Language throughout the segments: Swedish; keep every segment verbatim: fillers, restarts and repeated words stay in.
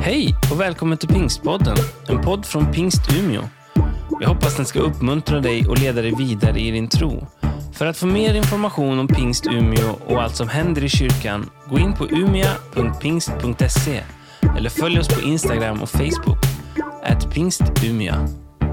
Hej och välkommen till Pingstpodden, en podd från Pingst Umeå. Jag hoppas den ska uppmuntra dig och leda dig vidare i din tro. För att få mer information om Pingst Umeå och allt som händer i kyrkan, gå in på umea punkt pingst punkt se eller följ oss på Instagram och Facebook, at pingstumea.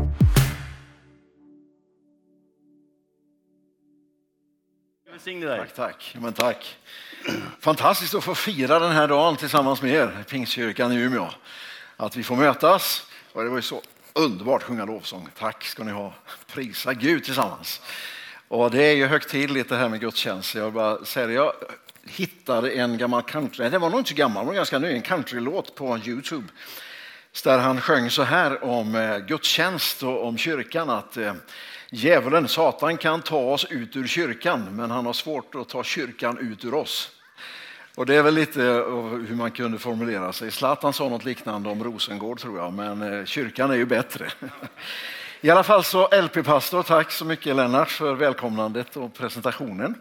Tack, tack. Men tack. Fantastiskt att få fira den här dagen tillsammans med er, Pingstkyrkan i Umeå. Att vi får mötas. Och det var ju så underbart att sjunga lovsång. Tack ska ni ha. Prisa Gud tillsammans. Och det är ju högtidligt det här med gudstjänst. Jag bara säger jag hittade en gammal country. Det var nog inte så gammal, men ganska ny. En countrylåt på YouTube. Där han sjöng så här om gudstjänst och om kyrkan. Att djävulen, Satan, kan ta oss ut ur kyrkan, men han har svårt att ta kyrkan ut ur oss. Och det är väl lite hur man kunde formulera sig. Zlatan sa något liknande om Rosengård, tror jag, men kyrkan är ju bättre. I alla fall så L P-pastor, tack så mycket Lennart för välkomnandet och presentationen.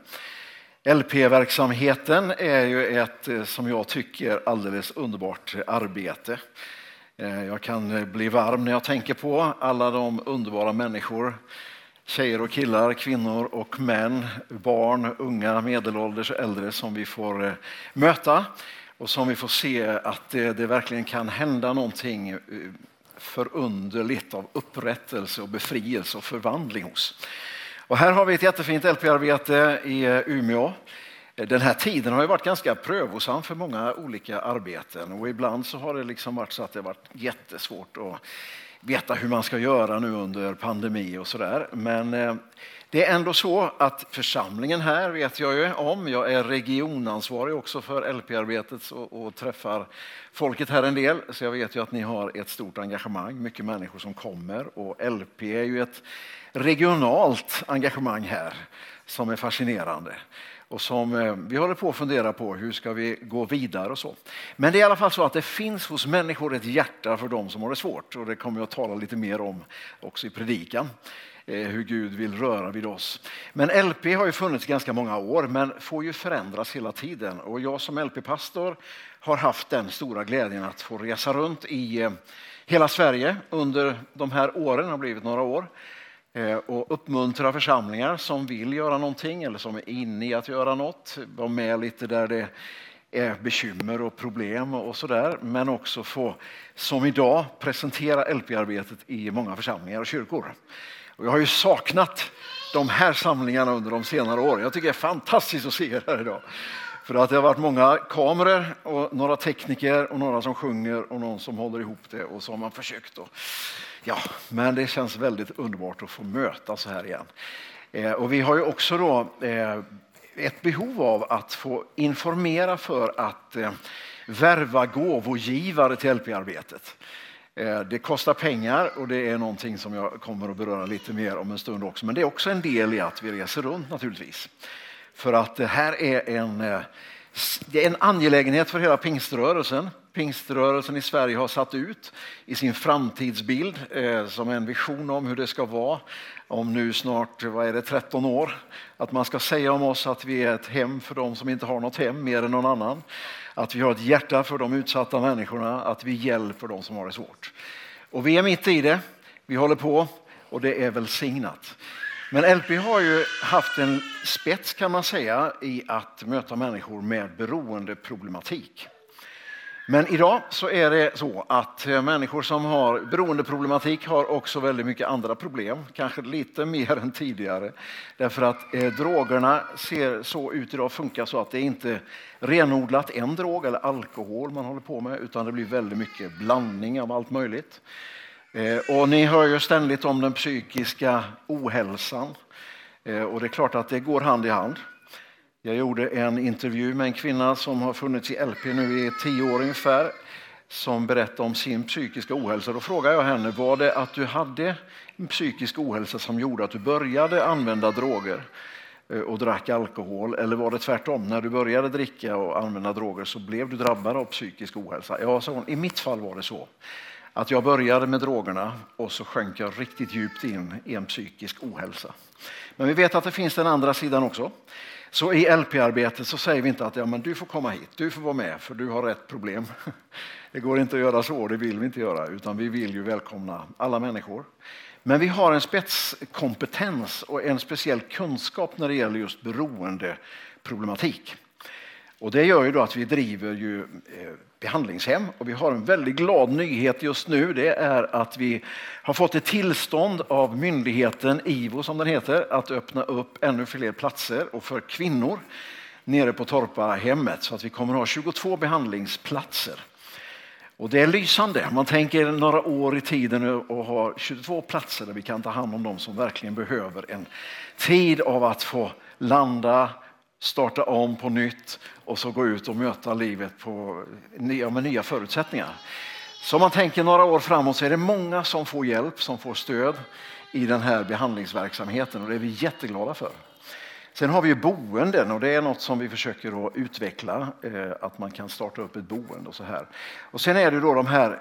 L P-verksamheten är ju ett, som jag tycker, alldeles underbart arbete. Jag kan bli varm när jag tänker på alla de underbara människor, tjejer och killar, kvinnor och män, barn, unga, medelålders och äldre som vi får möta och som vi får se att det, det verkligen kan hända någonting förunderligt av upprättelse och befrielse och förvandling hos. Och här har vi ett jättefint L P-arbete i Umeå. Den här tiden har ju varit ganska prövosam för många olika arbeten och ibland så har det liksom varit så att det har varit jättesvårt att veta hur man ska göra nu under pandemi och sådär. Men eh, det är ändå så att församlingen här vet jag ju om. Jag är regionansvarig också för L P-arbetet och, och träffar folket här en del. Så jag vet ju att ni har ett stort engagemang, mycket människor som kommer. Och L P är ju ett regionalt engagemang här som är fascinerande. Och som vi håller på att fundera på hur ska vi gå vidare och så. Men det är i alla fall så att det finns hos människor ett hjärta för dem som har det svårt. Och det kommer jag att tala lite mer om också i predikan. Hur Gud vill röra vid oss. Men L P har ju funnits ganska många år men får ju förändras hela tiden. Och jag som L P-pastor har haft den stora glädjen att få resa runt i hela Sverige under de här åren, har blivit några år. Och uppmuntra församlingar som vill göra någonting eller som är inne i att göra något. Vara med lite där det är bekymmer och problem och sådär. Men också få, som idag, presentera L P-arbetet i många församlingar och kyrkor. Och jag har ju saknat de här samlingarna under de senare åren. Jag tycker det är fantastiskt att se er här idag. För att det har varit många kameror och några tekniker och några som sjunger och någon som håller ihop det. Och så har man försökt att... Ja, men det känns väldigt underbart att få möta så här igen. Eh, och vi har ju också då eh, ett behov av att få informera för att eh, värva gåvogivare till L P-arbetet. Eh, det kostar pengar och det är någonting som jag kommer att beröra lite mer om en stund också. Men det är också en del i att vi reser runt naturligtvis. För att det här är en, eh, det är en angelägenhet för hela pingströrelsen. Pingströrelsen i Sverige har satt ut i sin framtidsbild eh, som en vision om hur det ska vara om nu snart, vad är det, tretton år. Att man ska säga om oss att vi är ett hem för de som inte har något hem mer än någon annan. Att vi har ett hjärta för de utsatta människorna, att vi hjälper de som har det svårt. Och vi är mitt i det, vi håller på och det är välsignat. Men L P har ju haft en spets kan man säga i att möta människor med beroendeproblematik. Men idag så är det så att människor som har beroendeproblematik har också väldigt mycket andra problem. Kanske lite mer än tidigare. Därför att eh, drogerna ser så ut idag, funkar så att det är inte renodlat en drog eller alkohol man håller på med. Utan det blir väldigt mycket blandning av allt möjligt. Eh, och ni hör ju ständigt om den psykiska ohälsan. Eh, och det är klart att det går hand i hand. Jag gjorde en intervju med en kvinna som har funnits i L P nu i tio år ungefär. Som berättade om sin psykiska ohälsa. Då frågade jag henne, var det att du hade en psykisk ohälsa som gjorde att du började använda droger och drack alkohol? Eller var det tvärtom? När du började dricka och använda droger så blev du drabbad av psykisk ohälsa? Ja, sa hon, i mitt fall var det så. Att jag började med drogerna och så sjönk jag riktigt djupt in i en psykisk ohälsa. Men vi vet att det finns den andra sidan också. Så i L P-arbetet så säger vi inte att ja, men du får komma hit, du får vara med för du har rätt problem. Det går inte att göra så, det vill vi inte göra, utan vi vill ju välkomna alla människor. Men vi har en spetskompetens och en speciell kunskap när det gäller just beroendeproblematik. Och det gör ju då att vi driver ju behandlingshem, och vi har en väldigt glad nyhet just nu. Det är att vi har fått ett tillstånd av myndigheten I V O som den heter att öppna upp ännu fler platser och för kvinnor nere på Torpahemmet, så att vi kommer att ha tjugotvå behandlingsplatser. Och det är lysande. Man tänker några år i tiden och har tjugotvå platser där vi kan ta hand om dem som verkligen behöver en tid av att få landa, starta om på nytt och så gå ut och möta livet på nya, med nya förutsättningar. Så om man tänker några år framåt så är det många som får hjälp, som får stöd i den här behandlingsverksamheten, och det är vi jätteglada för. Sen har vi ju boenden, och det är något som vi försöker att utveckla, att man kan starta upp ett boende och så här. Och sen är det då de här,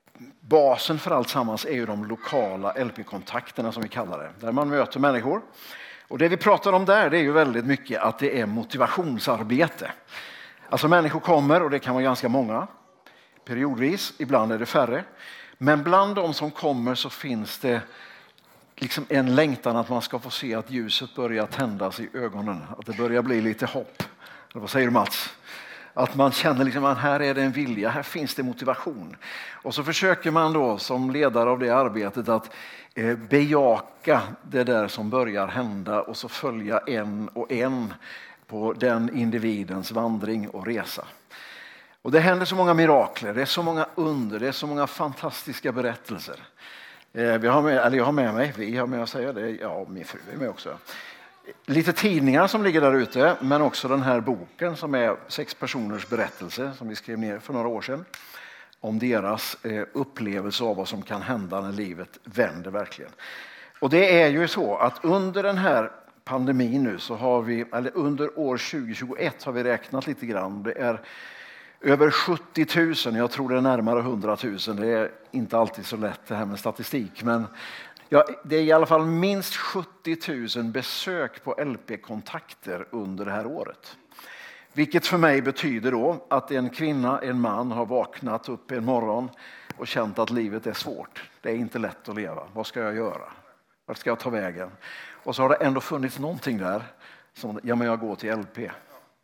basen för allt sammans är ju de lokala L P-kontakterna som vi kallar det, där man möter människor. Och det vi pratar om där, det är ju väldigt mycket att det är motivationsarbete. Alltså människor kommer, och det kan vara ganska många periodvis, ibland är det färre. Men bland de som kommer så finns det liksom en längtan att man ska få se att ljuset börjar tändas i ögonen. Att det börjar bli lite hopp. Eller vad säger du, Mats? Att man känner liksom att här är det en vilja, här finns det motivation. Och så försöker man då som ledare av det arbetet att eh, bejaka det där som börjar hända och så följa en och en på den individens vandring och resa. Och det händer så många mirakler, det är så många under, det är så många fantastiska berättelser. Eh, vi har med, eller jag har med mig, vi har med att säga det, ja, min fru är med också. Lite tidningar som ligger där ute, men också den här boken som är sex personers berättelse som vi skrev ner för några år sedan. Om deras eh, upplevelse av vad som kan hända när livet vänder verkligen. Och det är ju så att under den här pandemin nu så har vi, eller under år tjugo tjugoett har vi räknat lite grann. Det är över sjuttio tusen, jag tror det är närmare hundra tusen. Det är inte alltid så lätt det här med statistik, men ja, det är i alla fall minst sjuttio tusen besök på L P-kontakter under det här året. Vilket för mig betyder då att en kvinna, en man har vaknat upp en morgon och känt att livet är svårt. Det är inte lätt att leva. Vad ska jag göra? Vart ska jag ta vägen? Och så har det ändå funnits någonting där som, ja men jag går till L P.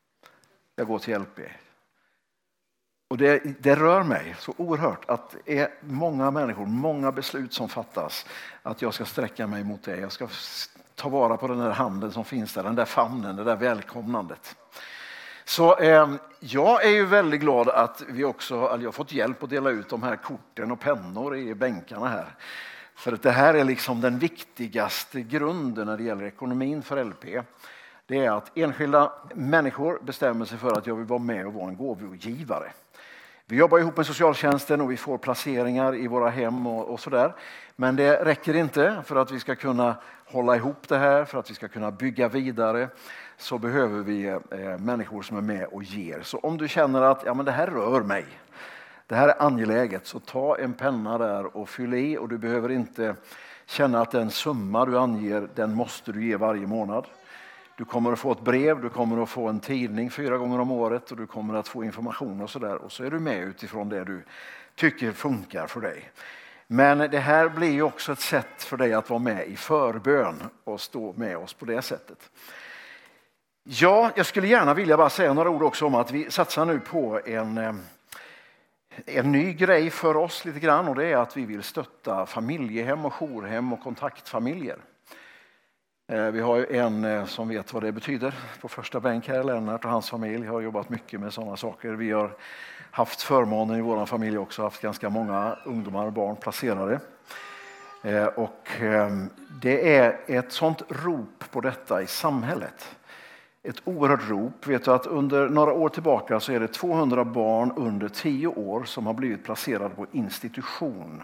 Jag går till L P. Och det, det rör mig så oerhört att det är många människor, många beslut som fattas. Att jag ska sträcka mig mot det. Jag ska ta vara på den där handen som finns där, den där famnen, det där välkomnandet. Så eh, jag är ju väldigt glad att vi också, alltså jag har fått hjälp att dela ut de här korten och pennor i bänkarna här. För att det här är liksom den viktigaste grunden när det gäller ekonomin för L P. Det är att enskilda människor bestämmer sig för att jag vill vara med och vara en gåvogivare. Vi jobbar ihop med socialtjänsten och vi får placeringar i våra hem och, och sådär. Men det räcker inte för att vi ska kunna hålla ihop det här, för att vi ska kunna bygga vidare. Så behöver vi eh, människor som är med och ger. Så om du känner att ja, men det här rör mig, det här är angeläget, så ta en penna där och fyll i. Och du behöver inte känna att den summa du anger, den måste du ge varje månad. Du kommer att få ett brev, du kommer att få en tidning fyra gånger om året och du kommer att få information och sådär. Och så är du med utifrån det du tycker funkar för dig. Men det här blir ju också ett sätt för dig att vara med i förbön och stå med oss på det sättet. Ja, jag skulle gärna vilja bara säga några ord också om att vi satsar nu på en, en ny grej för oss lite grann. Och det är att vi vill stötta familjehem och jourhem och kontaktfamiljer. Vi har ju en som vet vad det betyder på första bänk här, Lennart och hans familj har jobbat mycket med sådana saker. Vi har haft förmånen i vår familj också, haft ganska många ungdomar och barn placerade. Och det är ett sånt rop på detta i samhället. Ett oerhört rop. Vet du att under några år tillbaka så är det tvåhundra barn under tio år som har blivit placerade på institution.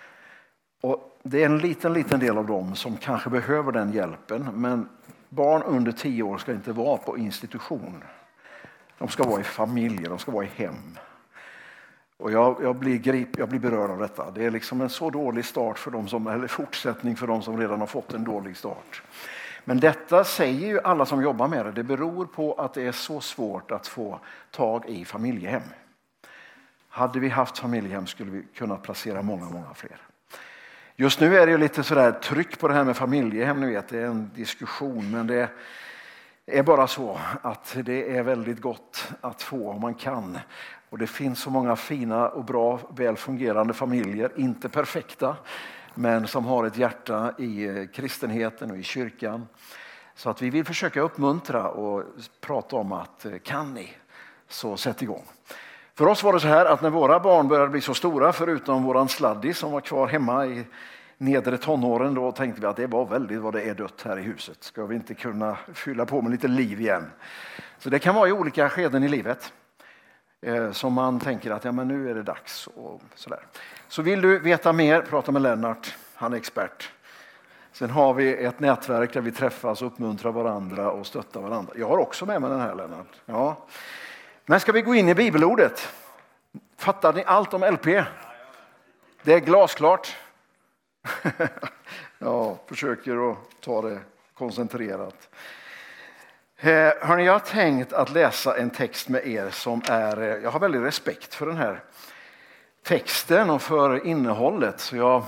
Och det är en liten, liten del av dem som kanske behöver den hjälpen. Men barn under tio år ska inte vara på institution. De ska vara i familjer, de ska vara i hem. Och jag, jag, blir grip, jag blir berörd av detta. Det är liksom en så dålig start för dem som, eller fortsättning för dem som redan har fått en dålig start. Men detta säger ju alla som jobbar med det. Det beror på att det är så svårt att få tag i familjehem. Hade vi haft familjehem skulle vi kunna placera många, många fler. Just nu är det ju lite sådär tryck på det här med familjehem. Ni vet, det är en diskussion, men det är bara så att det är väldigt gott att få om man kan. Och det finns så många fina och bra, väl fungerande familjer, inte perfekta, men som har ett hjärta i kristenheten och i kyrkan. Så att vi vill försöka uppmuntra och prata om att kan ni, så sätt igång. För oss var det så här att när våra barn började bli så stora, förutom våran sladdy som var kvar hemma i nedre tonåren, då tänkte vi att det var väldigt vad det är dött här i huset. Ska vi inte kunna fylla på med lite liv igen? Så det kan vara i olika skeden i livet eh, som man tänker att ja, men nu är det dags. Och sådär. Så vill du veta mer, prata med Lennart, han är expert. Sen har vi ett nätverk där vi träffas, uppmuntrar varandra och stöttar varandra. Jag har också med mig den här, Lennart. Ja. Men ska vi gå in i bibelordet? Fattar ni allt om L P? Det är glasklart. Ja, försöker att ta det koncentrerat. Eh, hörni, jag har tänkt att läsa en text med er som är... Jag har väldigt respekt för den här texten och för innehållet. Så jag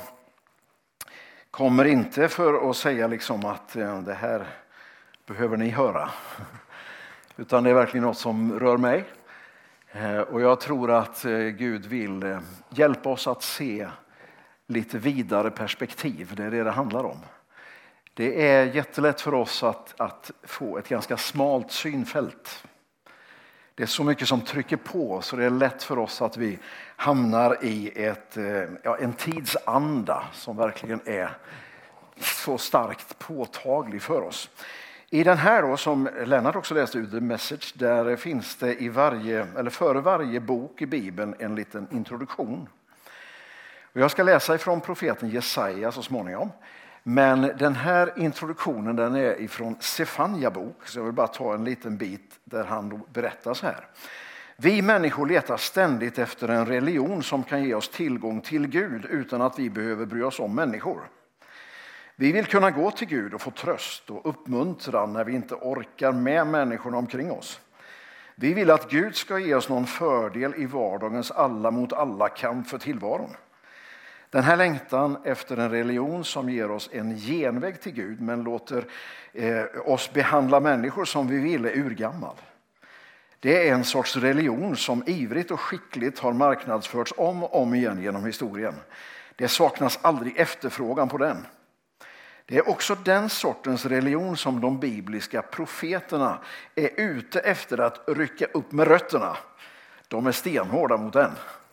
kommer inte för att säga liksom att eh, det här behöver ni höra. Utan det är verkligen något som rör mig. Eh, och jag tror att eh, Gud vill eh, hjälpa oss att se lite vidare perspektiv. Det är det det handlar om. Det är jättelätt för oss att, att få ett ganska smalt synfält. Det är så mycket som trycker på så det är lätt för oss att vi hamnar i ett, ja, en tidsanda som verkligen är så starkt påtaglig för oss. I den här då, som Lennart också läste ut, The Message, där finns det i varje, eller före varje bok i Bibeln en liten introduktion. Och jag ska läsa ifrån profeten Jesaja så småningom. Men den här introduktionen den är ifrån Sefanja bok. Så jag vill bara ta en liten bit där han berättar så här. Vi människor letar ständigt efter en religion som kan ge oss tillgång till Gud utan att vi behöver bry oss om människor. Vi vill kunna gå till Gud och få tröst och uppmuntran när vi inte orkar med människorna omkring oss. Vi vill att Gud ska ge oss någon fördel i vardagens alla mot alla kamp för tillvaron. Den här längtan efter en religion som ger oss en genväg till Gud men låter eh, oss behandla människor som vi vill är urgammal. Det är en sorts religion som ivrigt och skickligt har marknadsförts om och om igen genom historien. Det saknas aldrig efterfrågan på den. Det är också den sortens religion som de bibliska profeterna är ute efter att rycka upp med rötterna. De är stenhårda mot den.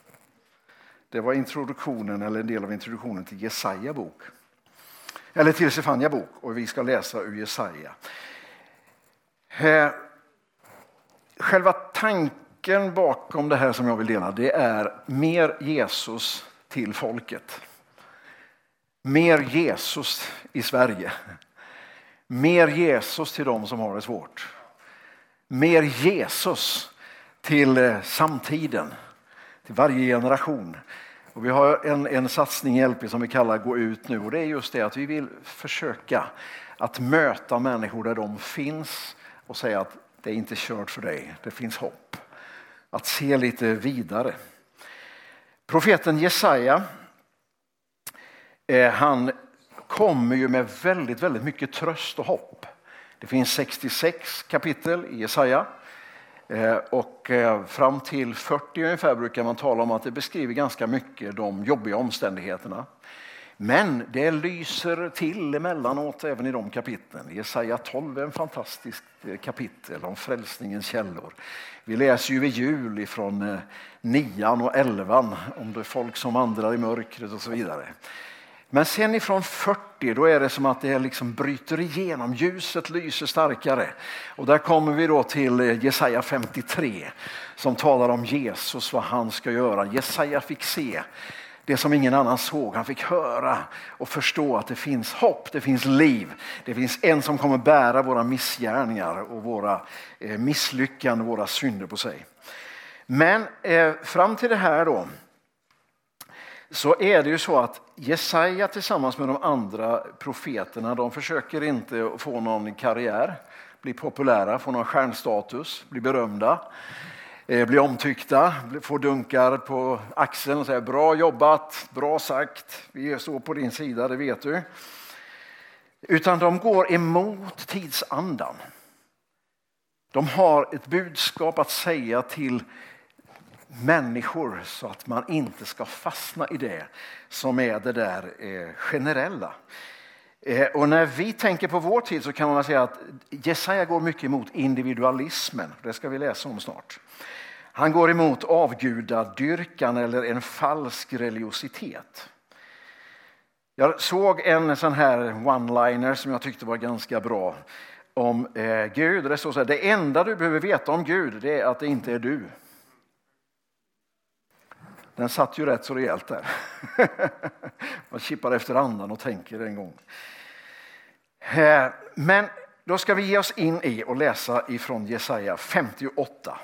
Det var introduktionen eller en del av introduktionen till Jesaja bok. Eller till Sefanja bok och vi ska läsa ur Jesaja. Själva tanken bakom det här som jag vill dela, det är mer Jesus till folket. Mer Jesus i Sverige. Mer Jesus till de som har det svårt. Mer Jesus till samtiden. Till varje generation. Och vi har en, en satsning i L P som vi kallar Gå ut nu. Och det är just det att vi vill försöka att möta människor där de finns. Och säga att det är inte kört för dig. Det finns hopp. Att se lite vidare. Profeten Jesaja. Eh, han kommer ju med väldigt, väldigt mycket tröst och hopp. Det finns sextiosex kapitel i Jesaja. Och fram till fyrtio ungefär brukar man tala om att det beskriver ganska mycket de jobbiga omständigheterna. Men det lyser till emellanåt även i de kapitlen. Jesaja tolv är en fantastisk kapitel om frälsningens källor. Vi läser ju vid jul ifrån nian och elvan om det folk som vandrar i mörkret och så vidare. Men sen ifrån fyrtio då är det som att det liksom bryter igenom. Ljuset lyser starkare. Och där kommer vi då till Jesaja femtiotre som talar om Jesus, vad han ska göra. Jesaja fick se det som ingen annan såg. Han fick höra och förstå att det finns hopp, det finns liv. Det finns en som kommer bära våra missgärningar och våra eh, misslyckanden, våra synder på sig. Men eh, fram till det här då så är det ju så att Jesaja tillsammans med de andra profeterna, de försöker inte få någon karriär, bli populära, få någon stjärnstatus, bli berömda, bli omtyckta, få dunkar på axeln och säga bra jobbat, bra sagt, vi står på din sida, det vet du. Utan de går emot tidsandan. De har ett budskap att säga till människor så att man inte ska fastna i det som är det där eh, generella. Eh, och när vi tänker på vår tid så kan man säga att Jesaja går mycket emot individualismen. Det ska vi läsa om snart. Han går emot avgudadyrkan eller en falsk religiositet. Jag såg en sån här one-liner som jag tyckte var ganska bra om eh, Gud. Det står så här, det enda du behöver veta om Gud det är att det inte är du. Den satt ju rätt så rejält där. Man kippar efter andan och tänker en gång. Men då ska vi ge oss in i och läsa ifrån Jesaja femtioåtta.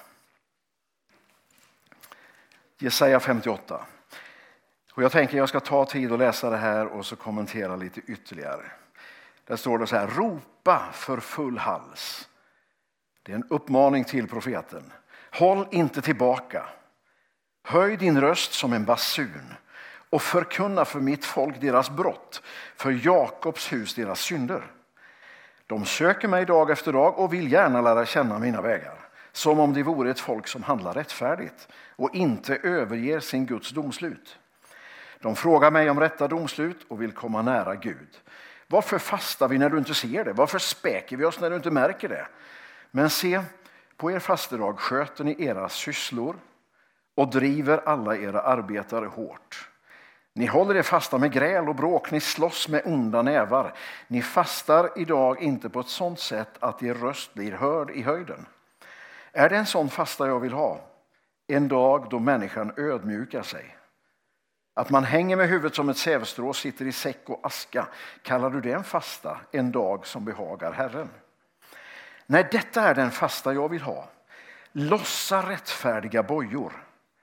Jesaja femtioåtta. Och jag tänker jag ska ta tid att läsa det här och så kommentera lite ytterligare. Där står det så här, ropa för full hals. Det är en uppmaning till profeten. Håll inte tillbaka. Höj din röst som en basun och förkunna för mitt folk deras brott, för Jakobs hus deras synder. De söker mig dag efter dag och vill gärna lära känna mina vägar, som om det vore ett folk som handlar rättfärdigt och inte överger sin Guds domslut. De frågar mig om rätta domslut och vill komma nära Gud. Varför fastar vi när du inte ser det? Varför späker vi oss när du inte märker det? Men se, på er fastedag sköter ni era sysslor och driver alla era arbetare hårt. Ni håller er fasta med gräl och bråk, ni slåss med onda nävar. Ni fastar idag inte på ett sådant sätt att er röst blir hörd i höjden. Är det en sån fasta jag vill ha? En dag då människan ödmjukar sig. Att man hänger med huvudet som ett sävstrå och sitter i säck och aska. Kallar du det en fasta? En dag som behagar Herren. Nej, detta är den fasta jag vill ha. Lossa rättfärdiga bojor.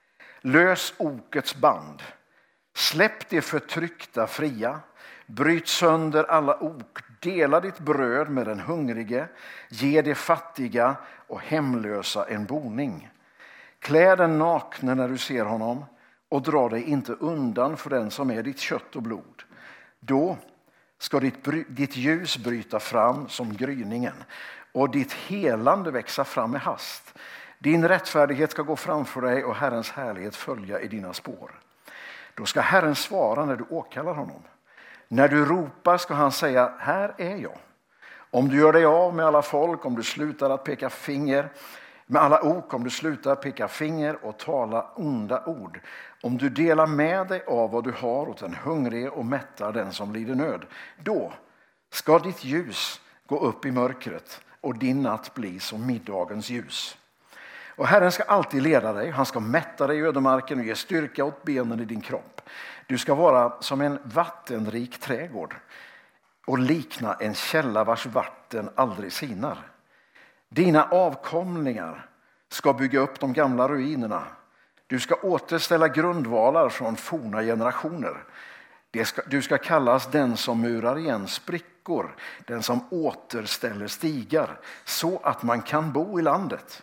Lös okets band. Släpp det förtryckta fria. Bryt sönder alla ok. Dela ditt bröd med den hungrige. Ge de fattiga och hemlösa en boning. Klä den nakne när du ser honom. Och dra dig inte undan för den som är ditt kött och blod. Då ska ditt, ditt ljus bryta fram som gryningen. Och ditt helande växa fram med hast. Din rättfärdighet ska gå framför dig och Herrens härlighet följa i dina spår. Då ska Herren svara när du åkallar honom. När du ropar ska han säga, här är jag. Om du gör dig av med alla folk, om du slutar att peka finger med alla ok, om du slutar peka finger och tala onda ord. Om du delar med dig av vad du har åt den hungrige och mättar den som lider nöd. Då ska ditt ljus gå upp i mörkret och din natt bli som middagens ljus. Och Herren ska alltid leda dig. Han ska mätta dig i ödemarken och ge styrka åt benen i din kropp. Du ska vara som en vattenrik trädgård och likna en källa vars vatten aldrig sinar. Dina avkomlingar ska bygga upp de gamla ruinerna. Du ska återställa grundvalar från forna generationer. Det ska, du ska kallas den som murar igen sprickor, den som återställer stigar så att man kan bo i landet.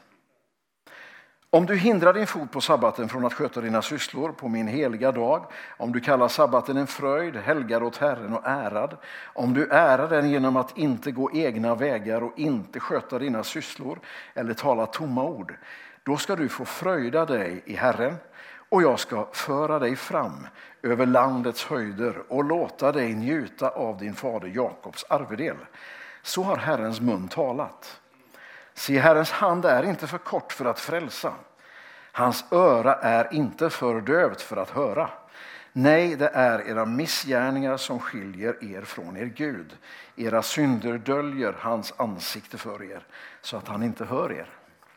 Om du hindrar din fot på sabbaten från att sköta dina sysslor på min heliga dag, om du kallar sabbaten en fröjd, helgar åt Herren och ärad, om du ärar den genom att inte gå egna vägar och inte sköta dina sysslor eller tala tomma ord, då ska du få fröjda dig i Herren och jag ska föra dig fram över landets höjder och låta dig njuta av din fader Jakobs arvedel. Så har Herrens mun talat. Se, Herrens hand är inte för kort för att frälsa. Hans öra är inte för dövt för att höra. Nej, det är era missgärningar som skiljer er från er Gud. Era synder döljer hans ansikte för er så att han inte hör er.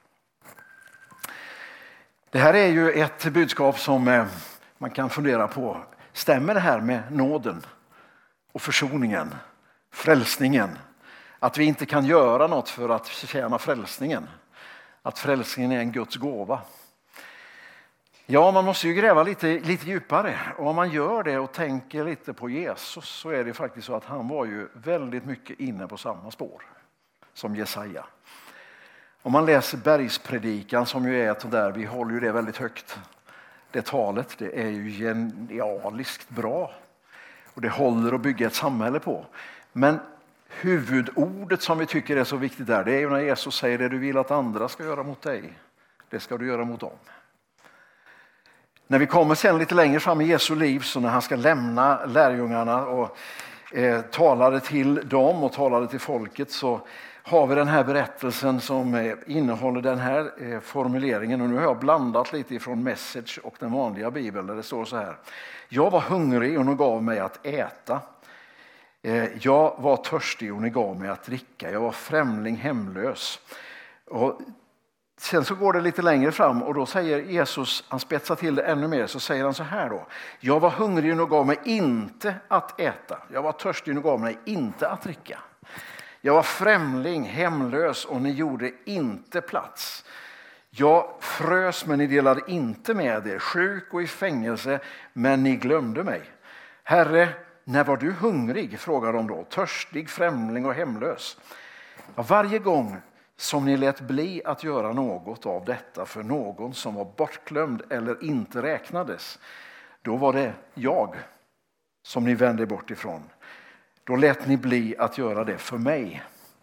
Det här är ju ett budskap som man kan fundera på. Stämmer det här med nåden och försoningen, frälsningen? Att vi inte kan göra något för att förtjäna frälsningen. Att frälsningen är en Guds gåva. Ja, man måste ju gräva lite, lite djupare. Och om man gör det och tänker lite på Jesus så är det faktiskt så att han var ju väldigt mycket inne på samma spår som Jesaja. Om man läser bergspredikan som ju är ett där, vi håller ju det väldigt högt. Det talet, det är ju genialiskt bra. Och det håller att bygga ett samhälle på. Men huvudordet som vi tycker är så viktigt där, det är ju när Jesus säger det du vill att andra ska göra mot dig. Det ska du göra mot dem. När vi kommer sen lite längre fram i Jesu liv, så när han ska lämna lärjungarna och eh, talade till dem och talade till folket, så har vi den här berättelsen som eh, innehåller den här eh, formuleringen. Och nu har jag blandat lite ifrån Message och den vanliga bibeln där det står så här. Jag var hungrig och ni gav mig att äta. Eh, jag var törstig och ni gav mig att dricka. Jag var främling, hemlös. Och sen så går det lite längre fram och då säger Jesus, han spetsar till det ännu mer, så säger han så här då. Jag var hungrig och gav mig inte att äta. Jag var törstig och gav mig inte att dricka. Jag var främling, hemlös och ni gjorde inte plats. Jag frös men ni delade inte med er. Sjuk och i fängelse men ni glömde mig. Herre, när var du hungrig? Frågar de då. Törstig, främling och hemlös. Ja, varje gång som ni lät bli att göra något av detta för någon som var bortglömd eller inte räknades, då var det jag som ni vände bort ifrån. Då lät ni bli att göra det för mig.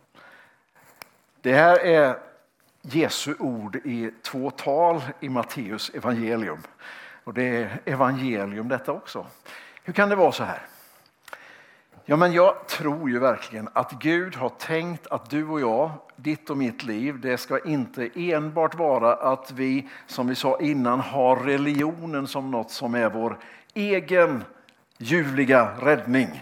Det här är Jesu ord i två tal i Matteus evangelium. Och det är evangelium detta också. Hur kan det vara så här? Ja, men jag tror ju verkligen att Gud har tänkt att du och jag, ditt och mitt liv, det ska inte enbart vara att vi, som vi sa innan, har religionen som något som är vår egen ljuvliga räddning.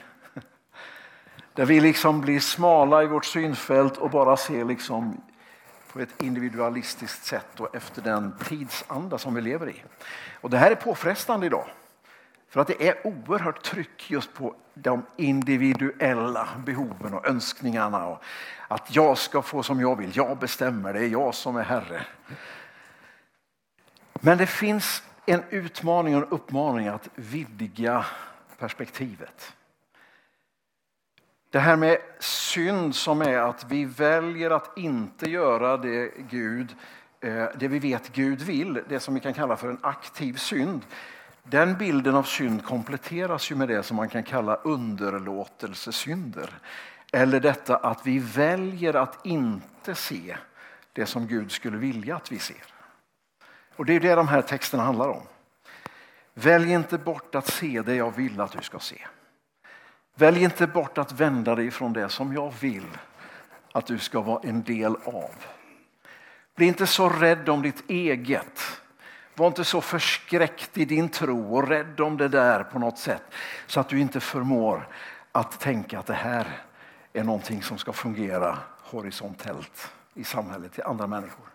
Där vi liksom blir smala i vårt synfält och bara ser liksom på ett individualistiskt sätt och efter den tidsanda som vi lever i. Och det här är påfrestande idag. För att det är oerhört tryck just på de individuella behoven och önskningarna. Och att jag ska få som jag vill. Jag bestämmer, det är jag som är herre. Men det finns en utmaning och en uppmaning att vidga perspektivet. Det här med synd som är att vi väljer att inte göra det Gud, det vi vet Gud vill. Det som vi kan kalla för en aktiv synd. Den bilden av synd kompletteras ju med det som man kan kalla underlåtelsesynder. Eller detta att vi väljer att inte se det som Gud skulle vilja att vi ser. Och det är det de här texterna handlar om. Välj inte bort att se det jag vill att du ska se. Välj inte bort att vända dig från det som jag vill att du ska vara en del av. Bli inte så rädd om ditt eget. Var inte så förskräckt i din tro och rädd om det där på något sätt så att du inte förmår att tänka att det här är någonting som ska fungera horisontellt i samhället till andra människor.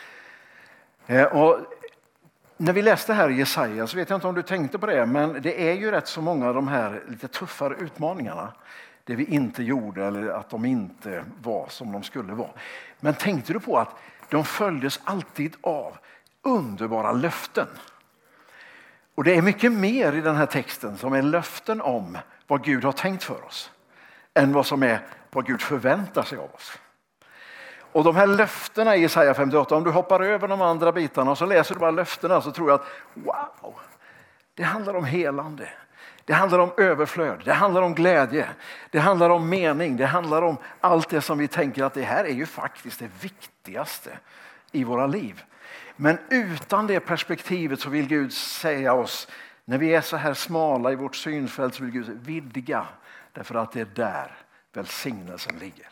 Och när vi läste här i Jesaja så vet jag inte om du tänkte på det, men det är ju rätt så många av de här lite tuffare utmaningarna. Det vi inte gjorde eller att de inte var som de skulle vara. Men tänkte du på att de följdes alltid av underbara löften. Och det är mycket mer i den här texten som är löften om vad Gud har tänkt för oss än vad som är vad Gud förväntar sig av oss. Och de här löftena i Jesaja femtioåtta, om du hoppar över de andra bitarna och så läser du bara löftena så tror jag att wow, det handlar om helande. Det handlar om överflöd, det handlar om glädje, det handlar om mening, det handlar om allt det som vi tänker att det här är ju faktiskt det viktigaste i våra liv. Men utan det perspektivet så vill Gud säga oss, när vi är så här smala i vårt synfält så vill Gud vidga, därför att det är där välsignelsen ligger.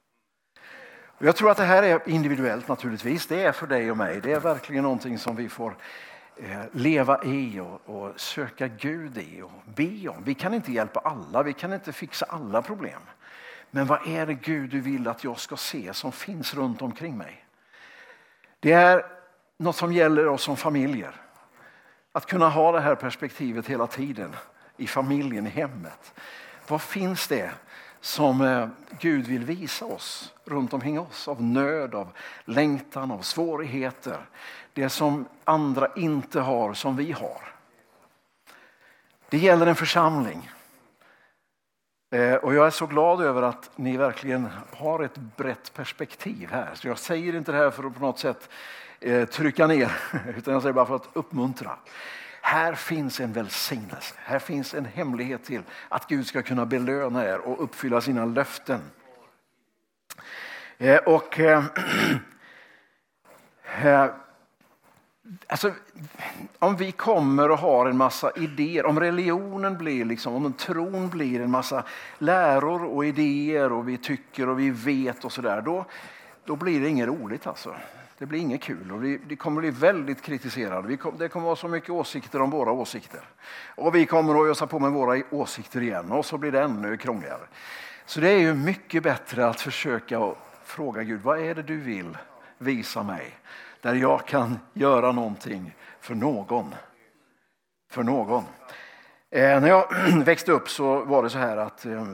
Och jag tror att det här är individuellt naturligtvis, det är för dig och mig, det är verkligen någonting som vi får eh, leva i och, och söka Gud i och be om. Vi kan inte hjälpa alla, vi kan inte fixa alla problem. Men vad är det Gud du vill att jag ska se som finns runt omkring mig? Det är något som gäller oss som familjer. Att kunna ha det här perspektivet hela tiden i familjen, i hemmet. Vad finns det som Gud vill visa oss runt omkring oss. Av nöd, av längtan, av svårigheter. Det som andra inte har som vi har. Det gäller en församling. Och jag är så glad över att ni verkligen har ett brett perspektiv här. Så jag säger inte det här för att på något sätt trycka ner, utan jag säger bara för att uppmuntra. Här finns en välsignelse. Här finns en hemlighet till att Gud ska kunna belöna er och uppfylla sina löften. Och alltså, om vi kommer och har en massa idéer, om religionen blir liksom, om tron blir en massa läror och idéer och vi tycker och vi vet och sådär, då, då blir det inget roligt alltså. Det blir inget kul och vi, det kommer bli väldigt kritiserade. Vi kom, det kommer vara så mycket åsikter om våra åsikter. Och vi kommer att ösa på med våra åsikter igen och så blir det ännu krångligare. Så det är ju mycket bättre att försöka fråga Gud, vad är det du vill visa mig? Där jag kan göra någonting för någon. För någon. Eh, när jag växte upp så var det så här att eh,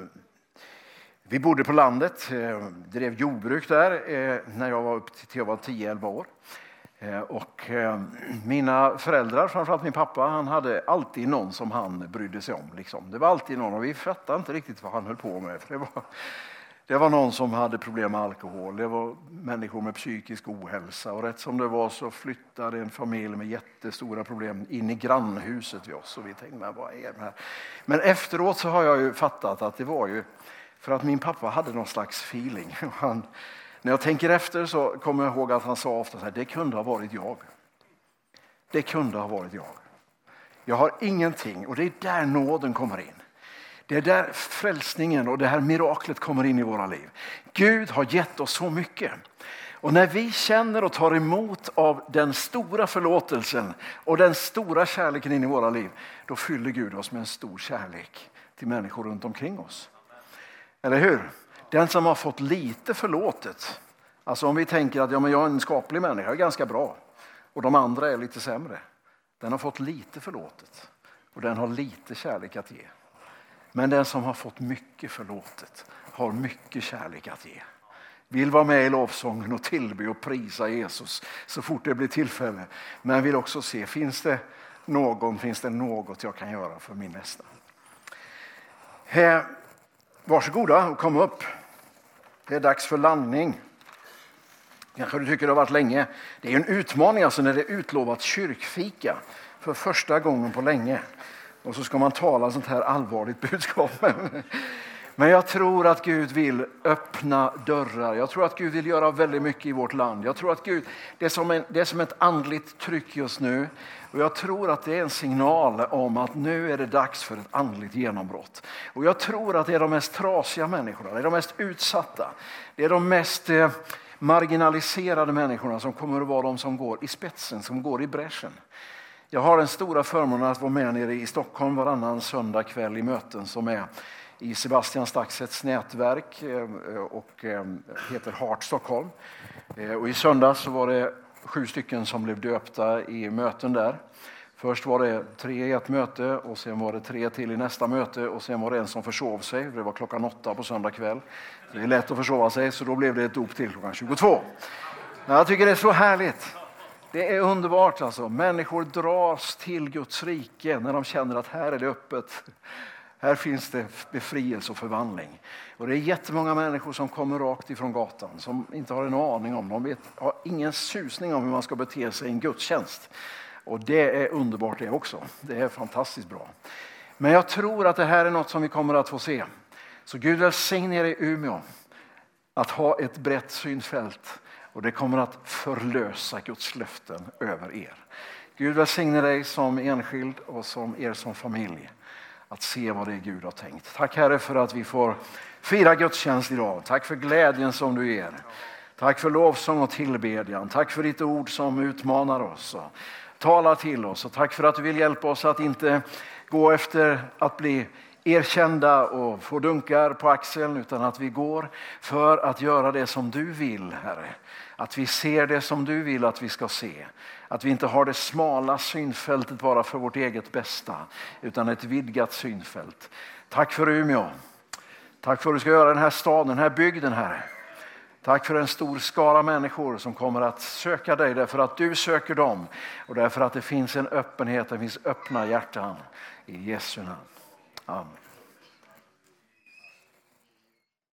vi bodde på landet, eh, drev jordbruk där eh, när jag var upp till jag var tio elva år. Eh, och eh, mina föräldrar, framförallt min pappa, han hade alltid någon som han brydde sig om. Liksom. Det var alltid någon och vi fattade inte riktigt vad han höll på med. För det var... Det var någon som hade problem med alkohol. Det var människor med psykisk ohälsa. Och rätt som det var så flyttade en familj med jättestora problem in i grannhuset vid oss. Och vi tänkte, men vad är det här? Men efteråt så har jag ju fattat att det var ju för att min pappa hade någon slags feeling. Han, när jag tänker efter så kommer jag ihåg att han sa ofta så här, det kunde ha varit jag. Det kunde ha varit jag. Jag har ingenting och det är där nåden kommer in. Det är där frälsningen och det här miraklet kommer in i våra liv. Gud har gett oss så mycket. Och när vi känner och tar emot av den stora förlåtelsen och den stora kärleken in i våra liv, då fyller Gud oss med en stor kärlek till människor runt omkring oss. Eller hur? Den som har fått lite förlåtet, alltså om vi tänker att ja, men jag är en skaplig människa, jag är ganska bra och de andra är lite sämre. Den har fått lite förlåtet och den har lite kärlek att ge. Men den som har fått mycket förlåtet har mycket kärlek att ge. Vill vara med i lovsången och tillbe och prisa Jesus så fort det blir tillfälle. Men vill också se, finns det någon, finns det något jag kan göra för min nästa? Här, varsågoda och kom upp. Det är dags för landning. Kanske du tycker det har varit länge. Det är en utmaning alltså när det är utlovat kyrkfika för första gången på länge. Och så ska man tala sånt här allvarligt budskap. Men jag tror att Gud vill öppna dörrar. Jag tror att Gud vill göra väldigt mycket i vårt land. Jag tror att Gud, det är som, en, det är som ett andligt tryck just nu. Och jag tror att det är en signal om att nu är det dags för ett andligt genombrott. Och jag tror att det är de mest trasiga människorna. Det är de mest utsatta. Det är de mest eh, marginaliserade människorna som kommer att vara de som går i spetsen, som går i bräschen. Jag har den stora förmånen att vara med nere i Stockholm varannan söndag kväll i möten som är i Sebastian Staxets nätverk och heter Heart Stockholm. Och i söndag så var det sju stycken som blev döpta i möten där. Först var det tre i ett möte och sen var det tre till i nästa möte och sen var det en som försov sig. Det var klockan åtta på söndag kväll. Det är lätt att försova sig så då blev det ett dop till klockan tjugotvå. Jag tycker det är så härligt. Det är underbart alltså. Människor dras till Guds rike när de känner att här är det öppet. Här finns det befrielse och förvandling. Och det är jättemånga människor som kommer rakt ifrån gatan. Som inte har en aning om. De vet, har ingen susning om hur man ska bete sig i en gudstjänst. Och det är underbart det också. Det är fantastiskt bra. Men jag tror att det här är något som vi kommer att få se. Så Gud välsigne er i Umeå. Att ha ett brett synfält. Och det kommer att förlösa Guds löften över er. Gud välsigne dig som enskild och som er som familj. Att se vad det är Gud har tänkt. Tack Herre för att vi får fira gudstjänst idag. Tack för glädjen som du ger. Tack för lovsång och tillbedjan. Tack för ditt ord som utmanar oss och talar till oss. Och tack för att du vill hjälpa oss att inte gå efter att bli erkända och få dunkar på axeln, utan att vi går för att göra det som du vill, Herre. Att vi ser det som du vill att vi ska se. Att vi inte har det smala synfältet bara för vårt eget bästa, utan ett vidgat synfält. Tack för Umeå. Tack för att du ska göra den här staden, den här bygden, Herre. Tack för en stor skara människor som kommer att söka dig därför att du söker dem. Och därför att det finns en öppenhet, det finns öppna hjärtan. I Jesu namn. Amen.